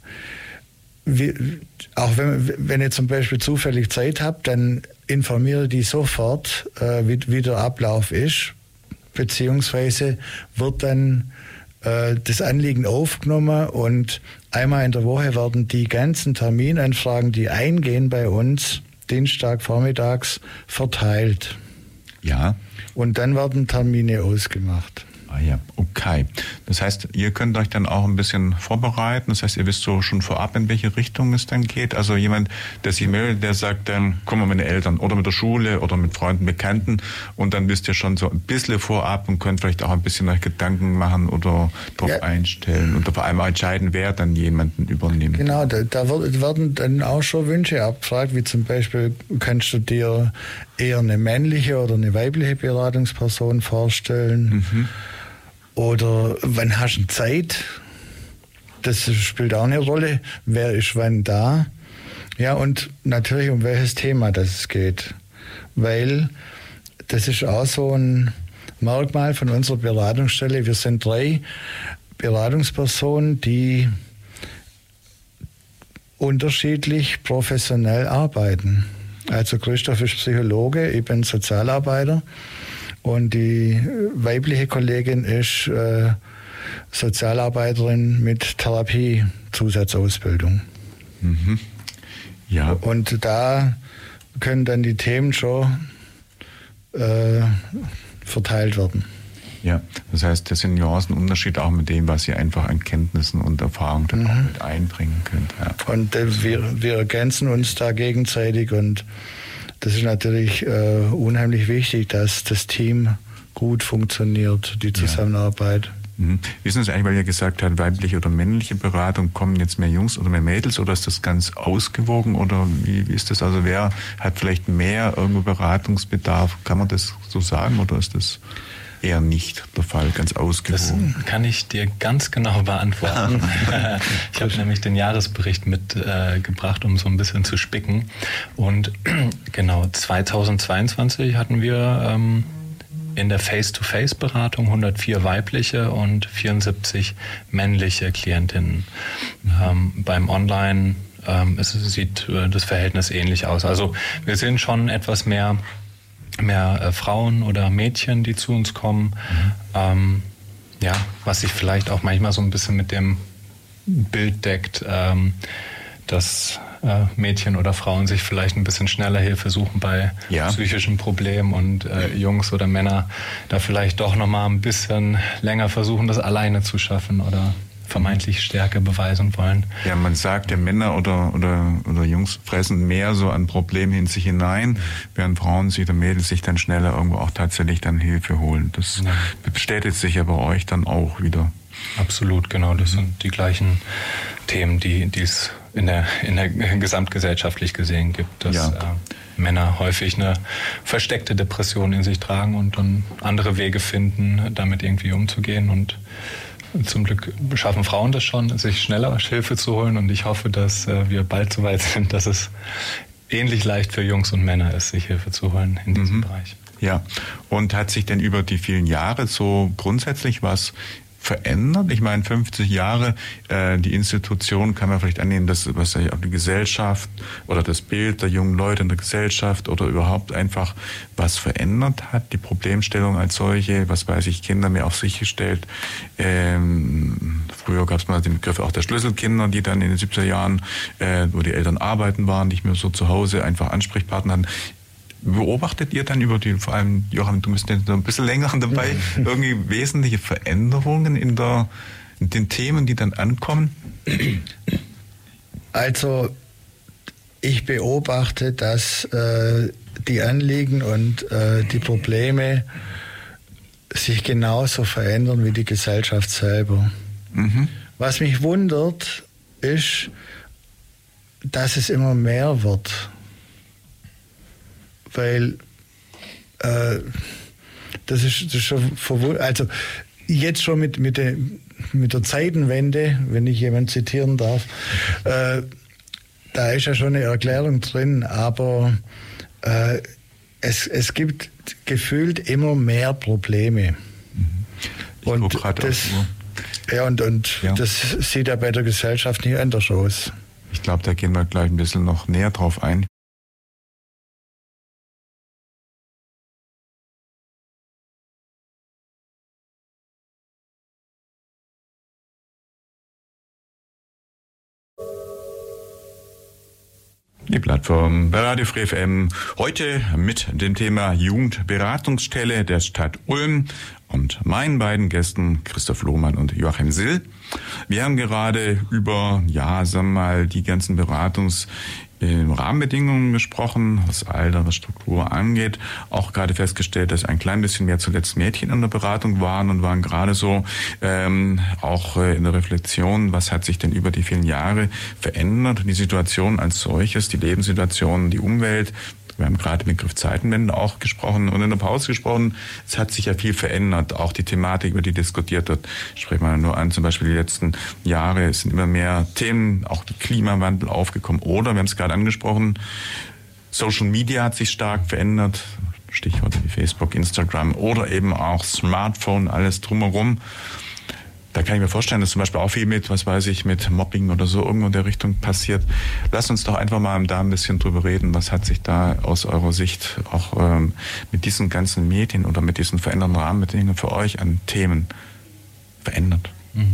auch wenn ihr zum Beispiel zufällig Zeit habt, dann informiere die sofort, wie der Ablauf ist, beziehungsweise wird dann das Anliegen aufgenommen und einmal in der Woche werden die ganzen Terminanfragen, die eingehen bei uns, Dienstag vormittags verteilt. Ja. Und dann werden Termine ausgemacht. Ah ja, okay. Das heißt, ihr könnt euch dann auch ein bisschen vorbereiten. Das heißt, ihr wisst so schon vorab, in welche Richtung es dann geht. Also jemand, der sich meldet, der sagt dann, komm mal mit den Eltern oder mit der Schule oder mit Freunden, Bekannten. Und dann wisst ihr schon so ein bisschen vorab und könnt vielleicht auch ein bisschen euch Gedanken machen oder darauf einstellen und vor allem entscheiden, wer dann jemanden übernimmt. Genau, da werden dann auch schon Wünsche abgefragt, wie zum Beispiel, kannst du dir eher eine männliche oder eine weibliche Beratungsperson vorstellen? Mhm. Oder wann hast du Zeit? Das spielt auch eine Rolle. Wer ist wann da? Ja, und natürlich um welches Thema das geht. Weil das ist auch so ein Merkmal von unserer Beratungsstelle. Wir sind 3 Beratungspersonen, die unterschiedlich professionell arbeiten. Also Christoph ist Psychologe, ich bin Sozialarbeiter. Und die weibliche Kollegin ist Sozialarbeiterin mit Therapie-Zusatzausbildung. Mhm. Ja. Und da können dann die Themen schon verteilt werden. Ja, das heißt, das sind Nuancenunterschied auch mit dem, was ihr einfach an Kenntnissen und Erfahrungen dann auch mit einbringen könnt. Ja. Und wir ergänzen uns da gegenseitig und das ist natürlich unheimlich wichtig, dass das Team gut funktioniert, die Zusammenarbeit. Mhm. Wie ist es eigentlich, weil ihr gesagt habt, weibliche oder männliche Beratung, kommen jetzt mehr Jungs oder mehr Mädels oder ist das ganz ausgewogen oder wie ist das? Also wer hat vielleicht mehr irgendwo Beratungsbedarf? Kann man das so sagen oder ist das eher nicht der Fall, ganz ausgewogen? Das kann ich dir ganz genau beantworten. Ich habe nämlich den Jahresbericht mitgebracht, um so ein bisschen zu spicken. Und genau, 2022 hatten wir in der Face-to-Face-Beratung 104 weibliche und 74 männliche Klientinnen. Beim Online sieht das Verhältnis ähnlich aus. Also wir sehen schon etwas mehr Frauen oder Mädchen, die zu uns kommen. Was sich vielleicht auch manchmal so ein bisschen mit dem Bild deckt, dass Mädchen oder Frauen sich vielleicht ein bisschen schneller Hilfe suchen bei psychischen Problemen und Jungs oder Männer da vielleicht doch nochmal ein bisschen länger versuchen, das alleine zu schaffen oder vermeintlich Stärke beweisen wollen. Ja, man sagt, ja, Männer oder Jungs fressen mehr so an Problemen in sich hinein, während Frauen sich oder Mädels sich dann schneller irgendwo auch tatsächlich dann Hilfe holen. Das bestätigt sich ja bei euch dann auch wieder. Absolut, genau. Das sind die gleichen Themen, die es in der gesamtgesellschaftlich gesehen gibt, dass Männer häufig eine versteckte Depression in sich tragen und dann andere Wege finden, damit irgendwie umzugehen und zum Glück schaffen Frauen das schon, sich schneller Hilfe zu holen, und ich hoffe, dass wir bald so weit sind, dass es ähnlich leicht für Jungs und Männer ist, sich Hilfe zu holen in diesem Bereich. Ja, und hat sich denn über die vielen Jahre so grundsätzlich was verändert? Ich meine, 50 Jahre, die Institution kann man vielleicht annehmen, dass was auch die Gesellschaft oder das Bild der jungen Leute in der Gesellschaft oder überhaupt einfach was verändert hat, die Problemstellung als solche, was weiß ich, Kinder mehr auf sich gestellt. Früher gab es mal den Begriff auch der Schlüsselkinder, die dann in den 70er Jahren, wo die Eltern arbeiten waren, nicht mehr so zu Hause einfach Ansprechpartner hatten. Beobachtet ihr dann über die, vor allem Joachim, du bist ja so ein bisschen länger dabei, irgendwie wesentliche Veränderungen in den Themen, die dann ankommen? Also ich beobachte, dass die Anliegen und die Probleme sich genauso verändern wie die Gesellschaft selber. Was mich wundert, ist, dass es immer mehr wird. Weil das ist schon verwundert. Also jetzt schon mit der Zeitenwende, wenn ich jemanden zitieren darf, da ist ja schon eine Erklärung drin, aber es gibt gefühlt immer mehr Probleme. Und das sieht ja bei der Gesellschaft nicht anders aus. Ich glaube, da gehen wir gleich ein bisschen noch näher drauf ein. Die Plattform bei Radio Free FM. Heute mit dem Thema Jugendberatungsstelle der Stadt Ulm und meinen beiden Gästen Christoph Lohmann und Joachim Sill. Wir haben gerade über, sagen wir mal, die ganzen Rahmenbedingungen gesprochen, was Alter, was Struktur angeht. Auch gerade festgestellt, dass ein klein bisschen mehr zuletzt Mädchen in der Beratung waren und waren gerade so auch in der Reflexion, was hat sich denn über die vielen Jahre verändert, die Situation als solches, die Lebenssituation, die Umwelt. Wir haben gerade den Begriff Zeitenwende auch gesprochen und in der Pause gesprochen. Es hat sich ja viel verändert. Auch die Thematik, über die diskutiert wird, spricht man nur an. Zum Beispiel die letzten Jahre, es sind immer mehr Themen, auch der Klimawandel aufgekommen. Oder, wir haben es gerade angesprochen, Social Media hat sich stark verändert. Stichworte wie Facebook, Instagram oder eben auch Smartphone, alles drumherum. Da kann ich mir vorstellen, dass zum Beispiel auch viel mit Mobbing oder so irgendwo in der Richtung passiert. Lasst uns doch einfach mal da ein bisschen drüber reden. Was hat sich da aus eurer Sicht auch mit diesen ganzen Medien oder mit diesen veränderten Rahmenbedingungen für euch an Themen verändert?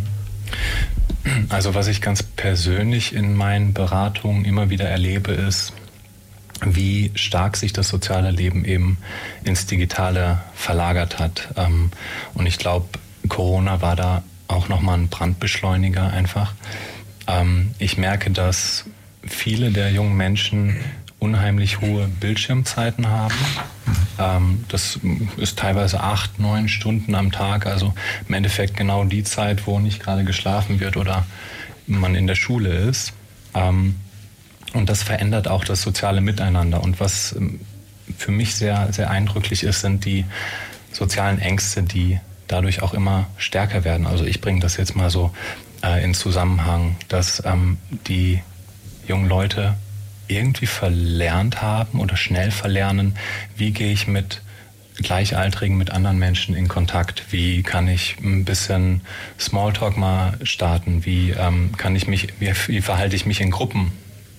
Also was ich ganz persönlich in meinen Beratungen immer wieder erlebe, ist, wie stark sich das soziale Leben eben ins Digitale verlagert hat. Und ich glaube, Corona war da auch nochmal ein Brandbeschleuniger einfach. Ich merke, dass viele der jungen Menschen unheimlich hohe Bildschirmzeiten haben. Das ist teilweise 8-9 Stunden am Tag, also im Endeffekt genau die Zeit, wo nicht gerade geschlafen wird oder man in der Schule ist. Und das verändert auch das soziale Miteinander. Und was für mich sehr, sehr eindrücklich ist, sind die sozialen Ängste, die dadurch auch immer stärker werden. Also ich bringe das jetzt mal so in Zusammenhang, dass die jungen Leute irgendwie verlernt haben oder schnell verlernen, wie gehe ich mit Gleichaltrigen, mit anderen Menschen in Kontakt, wie kann ich ein bisschen Smalltalk mal starten, wie verhalte ich mich in Gruppen.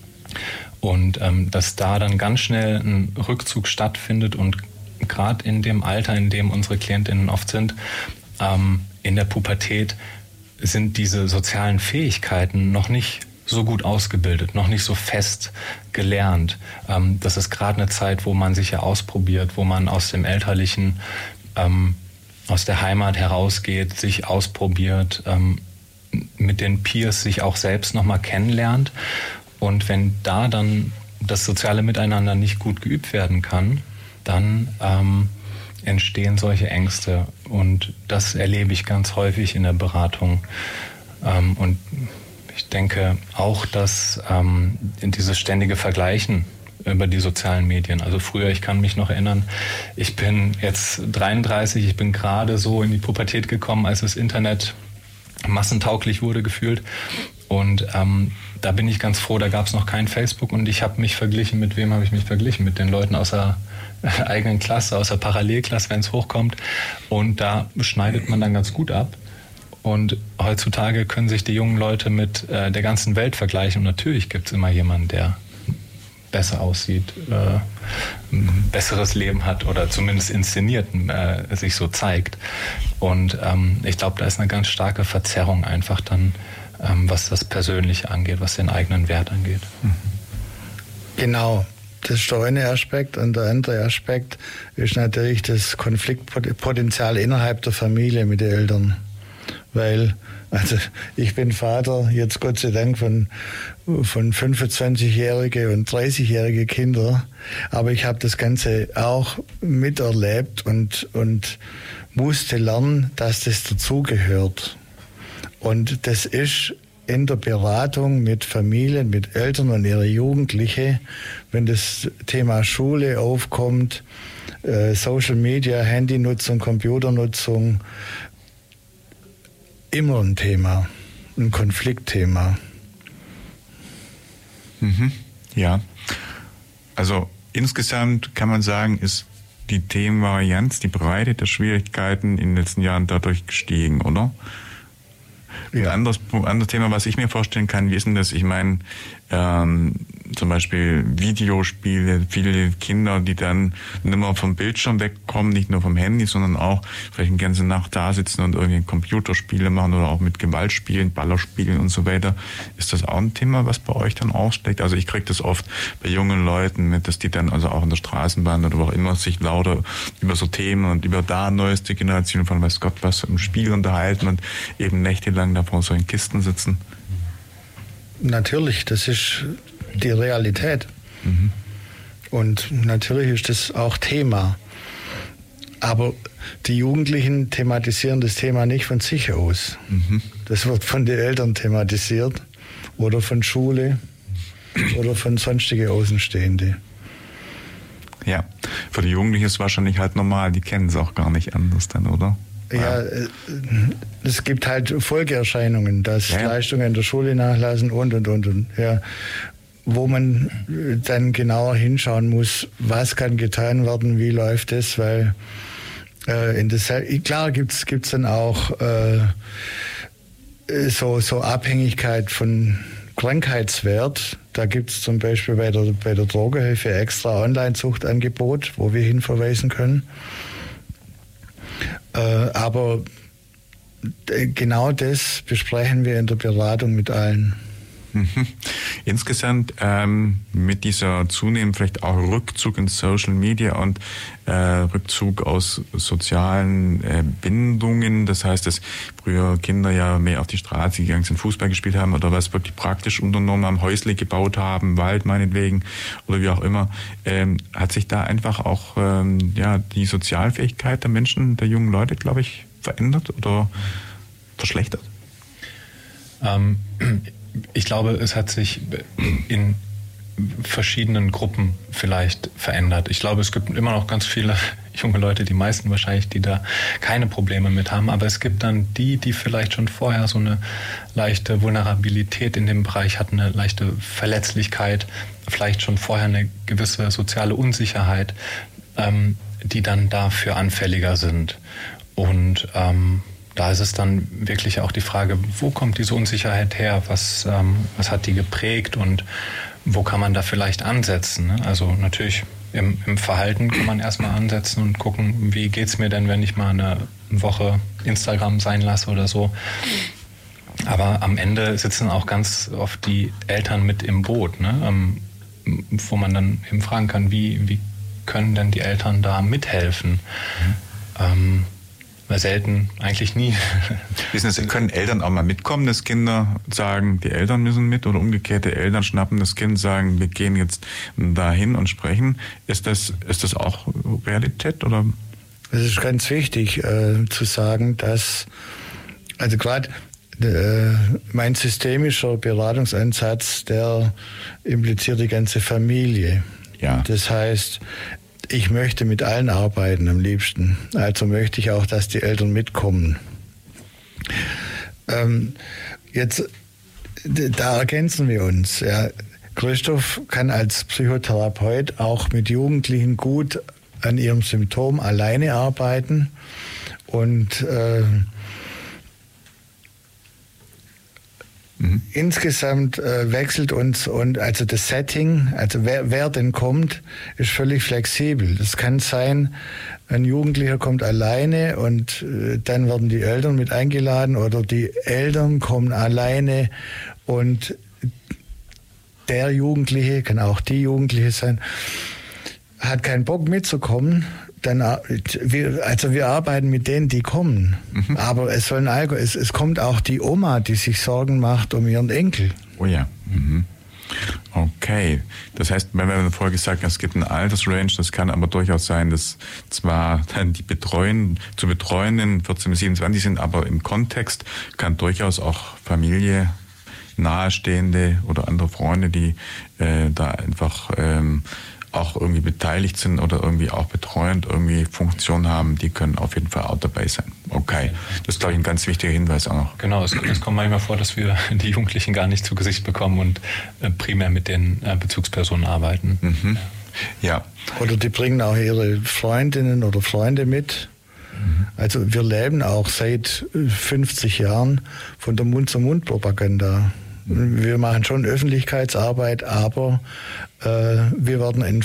Und dass da dann ganz schnell ein Rückzug stattfindet und gerade in dem Alter, in dem unsere KlientInnen oft sind, in der Pubertät, sind diese sozialen Fähigkeiten noch nicht so gut ausgebildet, noch nicht so fest gelernt. Das ist gerade eine Zeit, wo man sich ja ausprobiert, wo man aus dem Elterlichen, aus der Heimat herausgeht, sich ausprobiert, mit den Peers sich auch selbst nochmal kennenlernt. Und wenn da dann das soziale Miteinander nicht gut geübt werden kann, dann entstehen solche Ängste. Und das erlebe ich ganz häufig in der Beratung. Und ich denke auch, dass dieses ständige Vergleichen über die sozialen Medien, also früher, ich kann mich noch erinnern, ich bin jetzt 33, ich bin gerade so in die Pubertät gekommen, als das Internet massentauglich wurde gefühlt. Und da bin ich ganz froh, da gab es noch kein Facebook und ich habe mich verglichen. Mit wem habe ich mich verglichen? Mit den Leuten aus der eigenen Klasse, aus der Parallelklasse, wenn es hochkommt. Und da schneidet man dann ganz gut ab. Und heutzutage können sich die jungen Leute mit der ganzen Welt vergleichen. Und natürlich gibt es immer jemanden, der besser aussieht, ein besseres Leben hat oder zumindest inszeniert sich so zeigt. Und ich glaube, da ist eine ganz starke Verzerrung einfach dann, was das Persönliche angeht, was den eigenen Wert angeht. Genau, das ist der eine Aspekt. Und der andere Aspekt ist natürlich das Konfliktpotenzial innerhalb der Familie mit den Eltern. Weil, also ich bin Vater, jetzt Gott sei Dank von 25-jährige und 30-jährige Kinder, aber ich habe das Ganze auch miterlebt und musste lernen, dass das dazugehört. Und das ist in der Beratung mit Familien, mit Eltern und ihre Jugendliche, wenn das Thema Schule aufkommt, Social Media, Handynutzung, Computernutzung, immer ein Thema, ein Konfliktthema. Ja, also insgesamt kann man sagen, ist die Themenvarianz, die Breite der Schwierigkeiten in den letzten Jahren dadurch gestiegen, oder? Ja. Ein anderes Thema, was ich mir vorstellen kann, wie ist denn das? Ich meine, zum Beispiel Videospiele, viele Kinder, die dann nicht mehr vom Bildschirm wegkommen, nicht nur vom Handy, sondern auch vielleicht eine ganze Nacht da sitzen und irgendwie Computerspiele machen oder auch mit Gewaltspielen, Ballerspielen und so weiter. Ist das auch ein Thema, was bei euch dann aussteckt? Also ich kriege das oft bei jungen Leuten mit, dass die dann also auch in der Straßenbahn oder wo auch immer sich lauter über so Themen und über da neueste Generation von weiß Gott was im Spiel unterhalten und eben nächtelang da vor solchen Kisten sitzen. Natürlich, das ist die Realität. Und natürlich ist das auch Thema. Aber die Jugendlichen thematisieren das Thema nicht von sich aus. Das wird von den Eltern thematisiert oder von Schule oder von sonstige Außenstehende. Ja, für die Jugendlichen ist es wahrscheinlich halt normal, die kennen es auch gar nicht anders dann, oder? Ja, es gibt halt Folgeerscheinungen, dass Leistungen in der Schule nachlassen und. Ja. Wo man dann genauer hinschauen muss, was kann getan werden, wie läuft es, weil klar gibt's dann auch so Abhängigkeit von Krankheitswert. Da gibt's zum Beispiel bei der Drogenhilfe extra Online-Suchtangebot, wo wir hinverweisen können. Aber genau das besprechen wir in der Beratung mit allen. Insgesamt mit dieser zunehmend vielleicht auch Rückzug in Social Media und Rückzug aus sozialen Bindungen, das heißt, dass früher Kinder ja mehr auf die Straße gegangen sind, Fußball gespielt haben oder was wirklich praktisch unternommen haben, Häusle gebaut haben, Wald meinetwegen oder wie auch immer, hat sich da einfach auch die Sozialfähigkeit der Menschen, der jungen Leute, glaube ich, verändert oder verschlechtert? Ich glaube, es hat sich in verschiedenen Gruppen vielleicht verändert. Ich glaube, es gibt immer noch ganz viele junge Leute, die meisten wahrscheinlich, die da keine Probleme mit haben. Aber es gibt dann die vielleicht schon vorher so eine leichte Vulnerabilität in dem Bereich hatten, eine leichte Verletzlichkeit, vielleicht schon vorher eine gewisse soziale Unsicherheit, die dann dafür anfälliger sind. Und da ist es dann wirklich auch die Frage, wo kommt diese Unsicherheit her? Was hat die geprägt und wo kann man da vielleicht ansetzen? Ne? Also natürlich im Verhalten kann man erstmal ansetzen und gucken, wie geht's mir denn, wenn ich mal eine Woche Instagram sein lasse oder so. Aber am Ende sitzen auch ganz oft die Eltern mit im Boot, ne? Wo man dann eben fragen kann, wie können denn die Eltern da mithelfen? Weil selten, eigentlich nie. Wissen Sie, können Eltern auch mal mitkommen, dass Kinder sagen, die Eltern müssen mit oder umgekehrte Eltern schnappen das Kind, sagen, wir gehen jetzt dahin und sprechen. Ist das auch Realität oder? Es ist ganz wichtig zu sagen, dass, also gerade mein systemischer Beratungsansatz, der impliziert die ganze Familie. Ja. Das heißt, ich möchte mit allen arbeiten am liebsten. Also möchte ich auch, dass die Eltern mitkommen. Da ergänzen wir uns. Ja. Christoph kann als Psychotherapeut auch mit Jugendlichen gut an ihrem Symptom alleine arbeiten und insgesamt wechselt uns und also das Setting, also wer denn kommt, ist völlig flexibel. Das kann sein, ein Jugendlicher kommt alleine und dann werden die Eltern mit eingeladen oder die Eltern kommen alleine und der Jugendliche, kann auch die Jugendliche sein, hat keinen Bock mitzukommen. Wir arbeiten mit denen, die kommen. Aber es kommt auch die Oma, die sich Sorgen macht um ihren Enkel. Oh ja. Okay. Das heißt, wenn wir vorher gesagt haben, es gibt eine Altersrange, das kann aber durchaus sein, dass zwar dann die zu Betreuenden 14 bis 27 sind, aber im Kontext kann durchaus auch Familie, Nahestehende oder andere Freunde, die da einfach auch irgendwie beteiligt sind oder irgendwie auch betreuend irgendwie Funktion haben, die können auf jeden Fall auch dabei sein. Okay, das ist, glaube ich, ein ganz wichtiger Hinweis auch noch. Genau, es kommt manchmal vor, dass wir die Jugendlichen gar nicht zu Gesicht bekommen und primär mit den Bezugspersonen arbeiten. Ja. Oder die bringen auch ihre Freundinnen oder Freunde mit. Also wir leben auch seit 50 Jahren von der Mund-zu-Mund-Propaganda. Wir machen schon Öffentlichkeitsarbeit, aber wir werden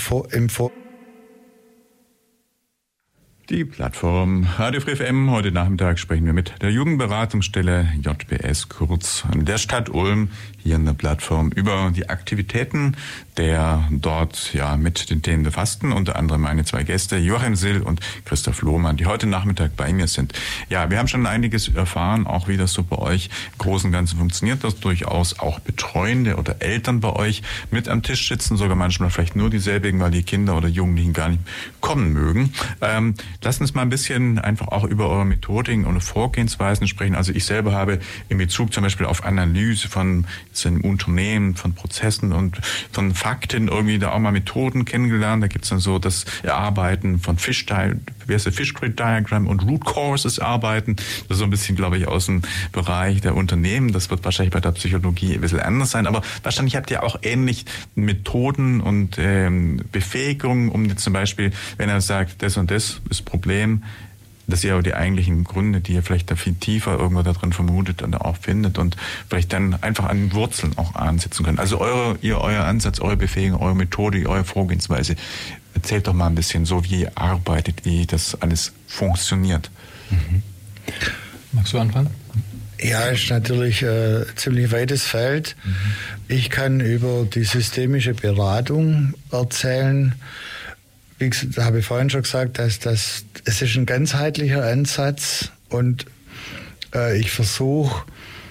Die Plattform Radio Free FM. Heute Nachmittag sprechen wir mit der Jugendberatungsstelle JBS, kurz der Stadt Ulm, hier in der Plattform über die Aktivitäten der dort mit den Themen befassten. Unter anderem meine zwei Gäste, Joachim Sill und Christoph Lohmann, die heute Nachmittag bei mir sind. Ja, wir haben schon einiges erfahren, auch wie das so bei euch im Großen und Ganzen funktioniert, dass durchaus auch Betreuende oder Eltern bei euch mit am Tisch sitzen, sogar manchmal vielleicht nur dieselbigen, weil die Kinder oder Jugendlichen gar nicht kommen mögen. Lasst uns mal ein bisschen einfach auch über eure Methodiken und Vorgehensweisen sprechen. Also ich selber habe in Bezug zum Beispiel auf Analyse von einem Unternehmen, von Prozessen und von Fakten irgendwie da auch mal Methoden kennengelernt. Da gibt es dann so das Erarbeiten von Fish-Grid Diagram und Root Causes arbeiten. Das ist so ein bisschen, glaube ich, aus dem Bereich der Unternehmen. Das wird wahrscheinlich bei der Psychologie ein bisschen anders sein. Aber wahrscheinlich habt ihr auch ähnlich Methoden und Befähigungen, um jetzt zum Beispiel, wenn er sagt, das und das ist Problem, dass ihr aber die eigentlichen Gründe, die ihr vielleicht da viel tiefer irgendwo da drin vermutet und auch findet und vielleicht dann einfach an den Wurzeln auch ansetzen könnt. Also euer Ansatz, eure Befähigung, eure Methode, eure Vorgehensweise. Erzählt doch mal ein bisschen so, wie ihr arbeitet, wie das alles funktioniert. Magst du anfangen? Ja, ist natürlich ein ziemlich weites Feld. Ich kann über die systemische Beratung erzählen. Wie gesagt, habe ich vorhin schon gesagt, es ist ein ganzheitlicher Ansatz und ich versuche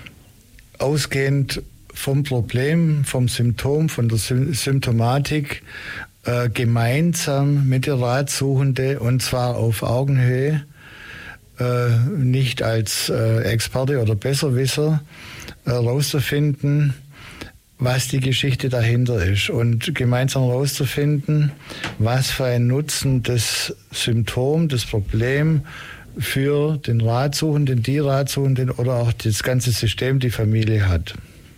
ausgehend vom Problem, vom Symptom, von der Symptomatik gemeinsam mit der Ratsuchende und zwar auf Augenhöhe, nicht als Experte oder Besserwisser rauszufinden, was die Geschichte dahinter ist und gemeinsam herauszufinden, was für einen Nutzen das Symptom, das Problem für den Ratsuchenden, die Ratsuchenden oder auch das ganze System, die Familie hat.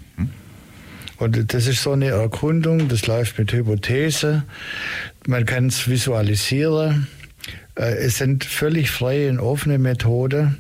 Und das ist so eine Erkundung, das läuft mit Hypothese, man kann es visualisieren. Es sind völlig freie und offene Methoden.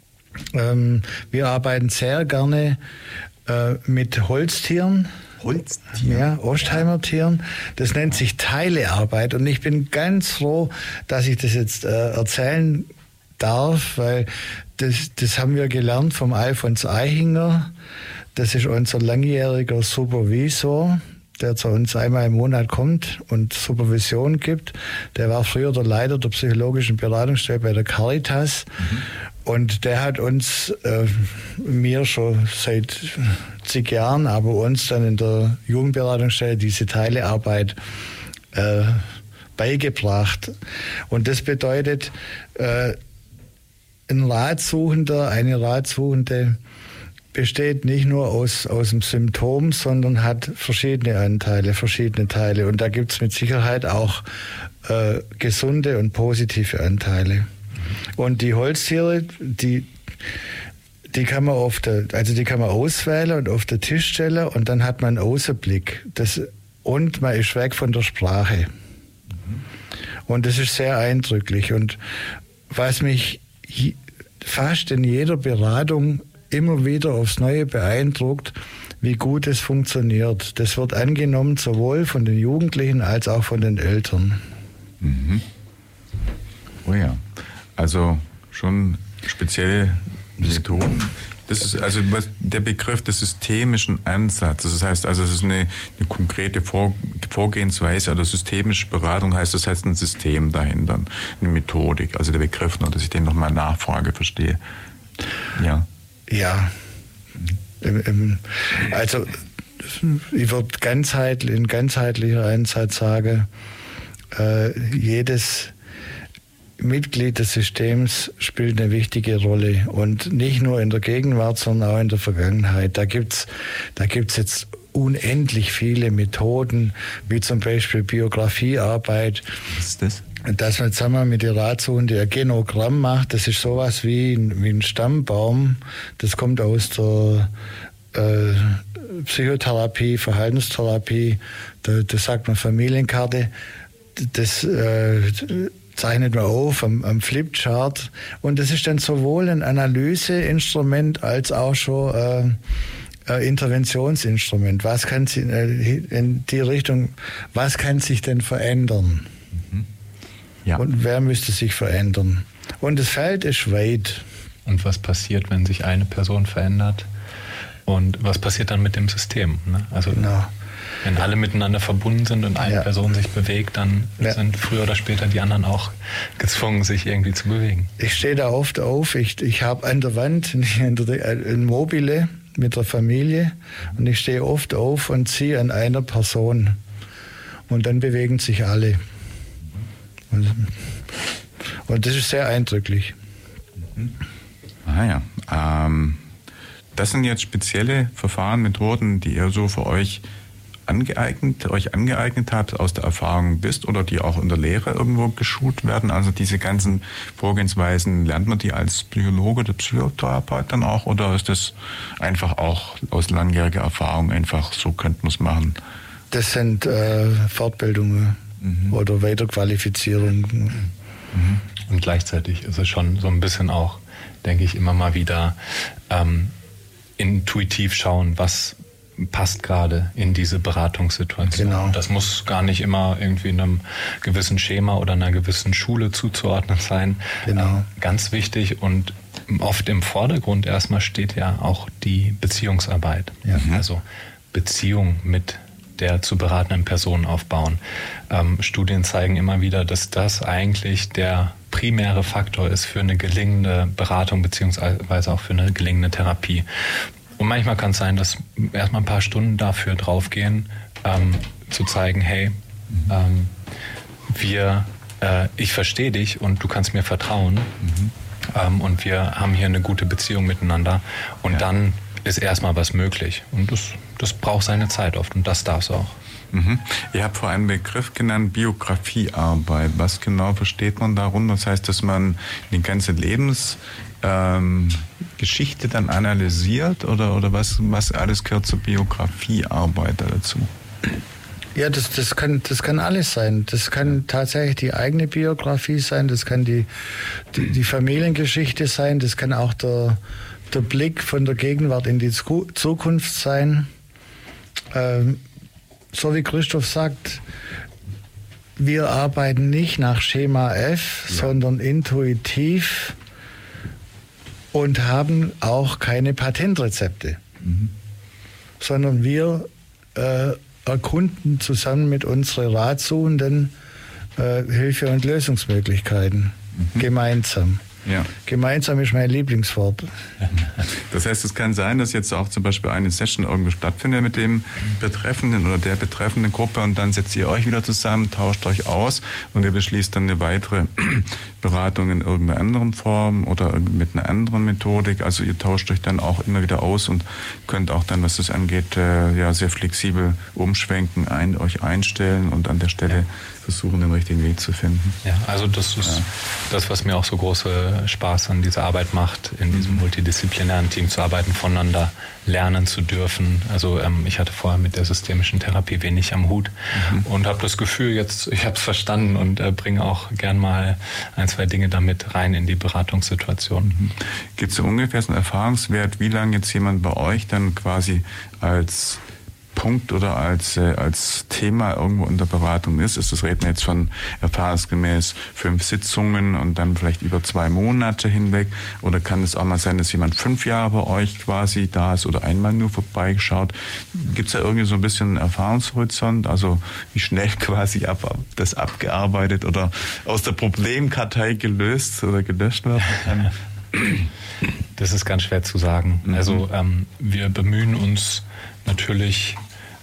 Wir arbeiten sehr gerne mit Holztieren. Holztieren? Ja, Ostheimer-Tieren. Das nennt sich Teilearbeit. Und ich bin ganz froh, dass ich das jetzt erzählen darf, weil das haben wir gelernt vom Alfons Eichinger. Das ist unser langjähriger Supervisor, der zu uns einmal im Monat kommt und Supervision gibt. Der war früher der Leiter der psychologischen Beratungsstelle bei der Caritas. Und der hat uns, mir schon seit zig Jahren, aber uns dann in der Jugendberatungsstelle diese Teilearbeit beigebracht. Und das bedeutet, ein Ratsuchender, eine Ratsuchende besteht nicht nur aus dem Symptom, sondern hat verschiedene Anteile, verschiedene Teile. Und da gibt es mit Sicherheit auch gesunde und positive Anteile. Und die Holztiere, Die kann man auswählen und auf den Tisch stellen und dann hat man einen Außenblick. Und man ist weg von der Sprache. Und das ist sehr eindrücklich. Und was mich fast in jeder Beratung immer wieder aufs Neue beeindruckt, wie gut es funktioniert. Das wird angenommen sowohl von den Jugendlichen als auch von den Eltern. Mhm. Oh ja, also schon spezielle Methoden. Das ist also der Begriff des systemischen Ansatzes. Das heißt also, es ist eine konkrete Vorgehensweise oder systemische Beratung heißt, das heißt ein System dahinter, eine Methodik. Also der Begriff, nur dass ich den nochmal nachfrage, verstehe. Ja. Ja. Also ich würde in ganzheitlicher Ansatz sagen, jedes Mitglied des Systems spielt eine wichtige Rolle und nicht nur in der Gegenwart, sondern auch in der Vergangenheit. Da gibt's jetzt unendlich viele Methoden, wie zum Beispiel Biografiearbeit. Was ist das? Dass man zusammen mit der Ratsuchende ein Genogramm macht, das ist sowas wie ein Stammbaum. Das kommt aus der Psychotherapie, Verhaltenstherapie, da sagt man Familienkarte. Das zeichnet man auf am Flipchart und das ist dann sowohl ein Analyseinstrument als auch schon ein Interventionsinstrument. Was kann sich in die Richtung, was kann sich denn verändern? Ja. Und wer müsste sich verändern? Und das Feld ist weit. Und was passiert, wenn sich eine Person verändert? Und was passiert dann mit dem System? Ne? Also Genau. Wenn alle miteinander verbunden sind und eine Person sich bewegt, dann sind früher oder später die anderen auch gezwungen, sich irgendwie zu bewegen. Ich stehe da oft auf. Ich habe an der Wand ein Mobile mit der Familie und ich stehe oft auf und ziehe an einer Person. Und dann bewegen sich alle. Und das ist sehr eindrücklich. Ah ja. Das sind jetzt spezielle Verfahren, Methoden, die ihr so für euch angeeignet habt, aus der Erfahrung bist oder die auch in der Lehre irgendwo geschult werden? Also diese ganzen Vorgehensweisen, lernt man die als Psychologe oder Psychotherapeut dann auch oder ist das einfach auch aus langjähriger Erfahrung einfach, so könnte man es machen? Das sind Fortbildungen oder Weiterqualifizierungen. Und gleichzeitig ist es schon so ein bisschen auch, denke ich, immer mal wieder intuitiv schauen, was passt gerade in diese Beratungssituation. Genau. Und das muss gar nicht immer irgendwie einem gewissen Schema oder einer gewissen Schule zuzuordnen sein. Genau. Ganz wichtig und oft im Vordergrund erstmal steht ja auch die Beziehungsarbeit. Ja. Also Beziehung mit der zu beratenden Person aufbauen. Studien zeigen immer wieder, dass das eigentlich der primäre Faktor ist für eine gelingende Beratung beziehungsweise auch für eine gelingende Therapie. Und manchmal kann es sein, dass erstmal ein paar Stunden dafür draufgehen, zu zeigen, hey, ich verstehe dich und du kannst mir vertrauen und wir haben hier eine gute Beziehung miteinander und dann ist erstmal was möglich. Und das braucht seine Zeit oft und das darf es auch. Ihr habt vorhin einen Begriff genannt, Biografiearbeit. Was genau versteht man darunter? Das heißt, dass man die ganze Lebensgeschichte dann analysiert oder was alles gehört zur Biografiearbeit dazu? Ja, das kann alles sein. Das kann tatsächlich die eigene Biografie sein, das kann die Familiengeschichte sein, das kann auch der Blick von der Gegenwart in die Zukunft sein. So wie Christoph sagt, wir arbeiten nicht nach Schema F, sondern intuitiv und haben auch keine Patentrezepte, sondern wir erkunden zusammen mit unseren Ratsuchenden Hilfe- und Lösungsmöglichkeiten gemeinsam. Ja. Gemeinsam ist mein Lieblingswort. Das heißt, es kann sein, dass jetzt auch zum Beispiel eine Session irgendwo stattfindet mit dem Betreffenden oder der betreffenden Gruppe und dann setzt ihr euch wieder zusammen, tauscht euch aus und ihr beschließt dann eine weitere Beratung in irgendeiner anderen Form oder mit einer anderen Methodik. Also ihr tauscht euch dann auch immer wieder aus und könnt auch dann, was das angeht, sehr flexibel umschwenken, euch einstellen und an der Stelle versuchen, den richtigen Weg zu finden. Ja, also das ist das, was mir auch so große Spaß an dieser Arbeit macht, in diesem multidisziplinären Team zu arbeiten, voneinander lernen zu dürfen. Also ich hatte vorher mit der systemischen Therapie wenig am Hut und habe das Gefühl, jetzt ich habe es verstanden und bringe auch gern mal 1, 2 Dinge damit rein in die Beratungssituation. Gibt es so ungefähr so einen Erfahrungswert, wie lange jetzt jemand bei euch dann quasi als Punkt oder als Thema irgendwo in der Beratung ist? Das reden wir jetzt von erfahrungsgemäß 5 Sitzungen und dann vielleicht über 2 Monate hinweg? Oder kann es auch mal sein, dass jemand 5 Jahre bei euch quasi da ist oder einmal nur vorbeigeschaut? Gibt es da irgendwie so ein bisschen einen Erfahrungshorizont? Also wie schnell quasi das abgearbeitet oder aus der Problemkartei gelöst oder gelöscht werden kann? Das ist ganz schwer zu sagen. Also wir bemühen uns natürlich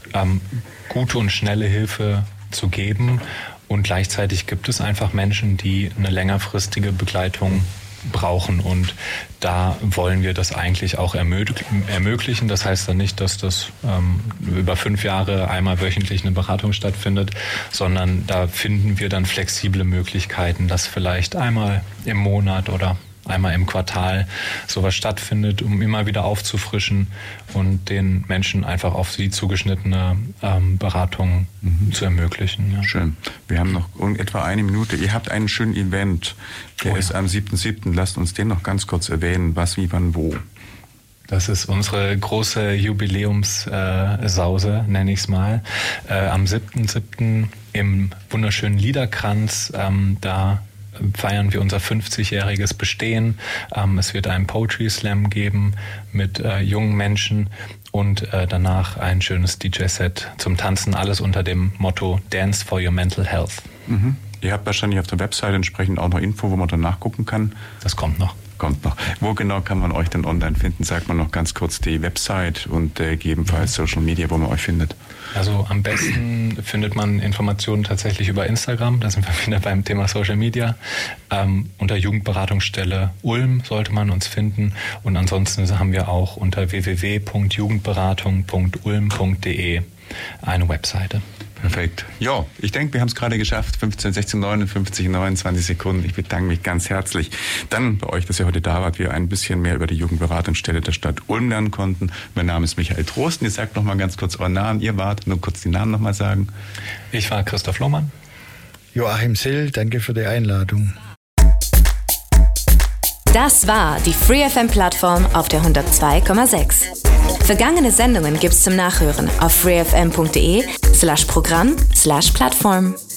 gute und schnelle Hilfe zu geben und gleichzeitig gibt es einfach Menschen, die eine längerfristige Begleitung brauchen und da wollen wir das eigentlich auch ermöglichen. Das heißt dann nicht, dass das über 5 Jahre einmal wöchentlich eine Beratung stattfindet, sondern da finden wir dann flexible Möglichkeiten, dass vielleicht einmal im Monat oder einmal im Quartal sowas stattfindet, um immer wieder aufzufrischen und den Menschen einfach auf sie zugeschnittene Beratungen zu ermöglichen. Ja. Schön. Wir haben noch etwa 1 Minute. Ihr habt einen schönen Event. Der ist am 7.7. Lasst uns den noch ganz kurz erwähnen. Was, wie, wann, wo? Das ist unsere große Jubiläumssause, nenne ich es mal. Am 7.7. im wunderschönen Liederkranz, da feiern wir unser 50-jähriges Bestehen. Es wird einen Poetry Slam geben mit jungen Menschen und danach ein schönes DJ-Set zum Tanzen. Alles unter dem Motto Dance for your mental health. Ihr habt wahrscheinlich auf der Website entsprechend auch noch Info, wo man dann nachgucken kann. Das kommt noch. Wo genau kann man euch denn online finden? Sagt man noch ganz kurz die Website und gegebenenfalls Social Media, wo man euch findet. Also am besten findet man Informationen tatsächlich über Instagram. Da sind wir wieder beim Thema Social Media. Unter Jugendberatungsstelle Ulm sollte man uns finden. Und ansonsten haben wir auch unter www.jugendberatung.ulm.de eine Webseite. Perfekt. Ja, ich denke, wir haben es gerade geschafft. 15, 16, 59, 29 Sekunden. Ich bedanke mich ganz herzlich. Dann bei euch, dass ihr heute da wart, wir ein bisschen mehr über die Jugendberatungsstelle der Stadt Ulm lernen konnten. Mein Name ist Michael Trosten. Ihr sagt noch mal ganz kurz euren Namen. Ihr wart, nur kurz die Namen noch mal sagen. Ich war Christoph Lohmann. Joachim Sill, danke für die Einladung. Das war die FreeFM-Plattform auf der 102,6. Vergangene Sendungen gibt's zum Nachhören auf freefm.de/Programm/Plattform.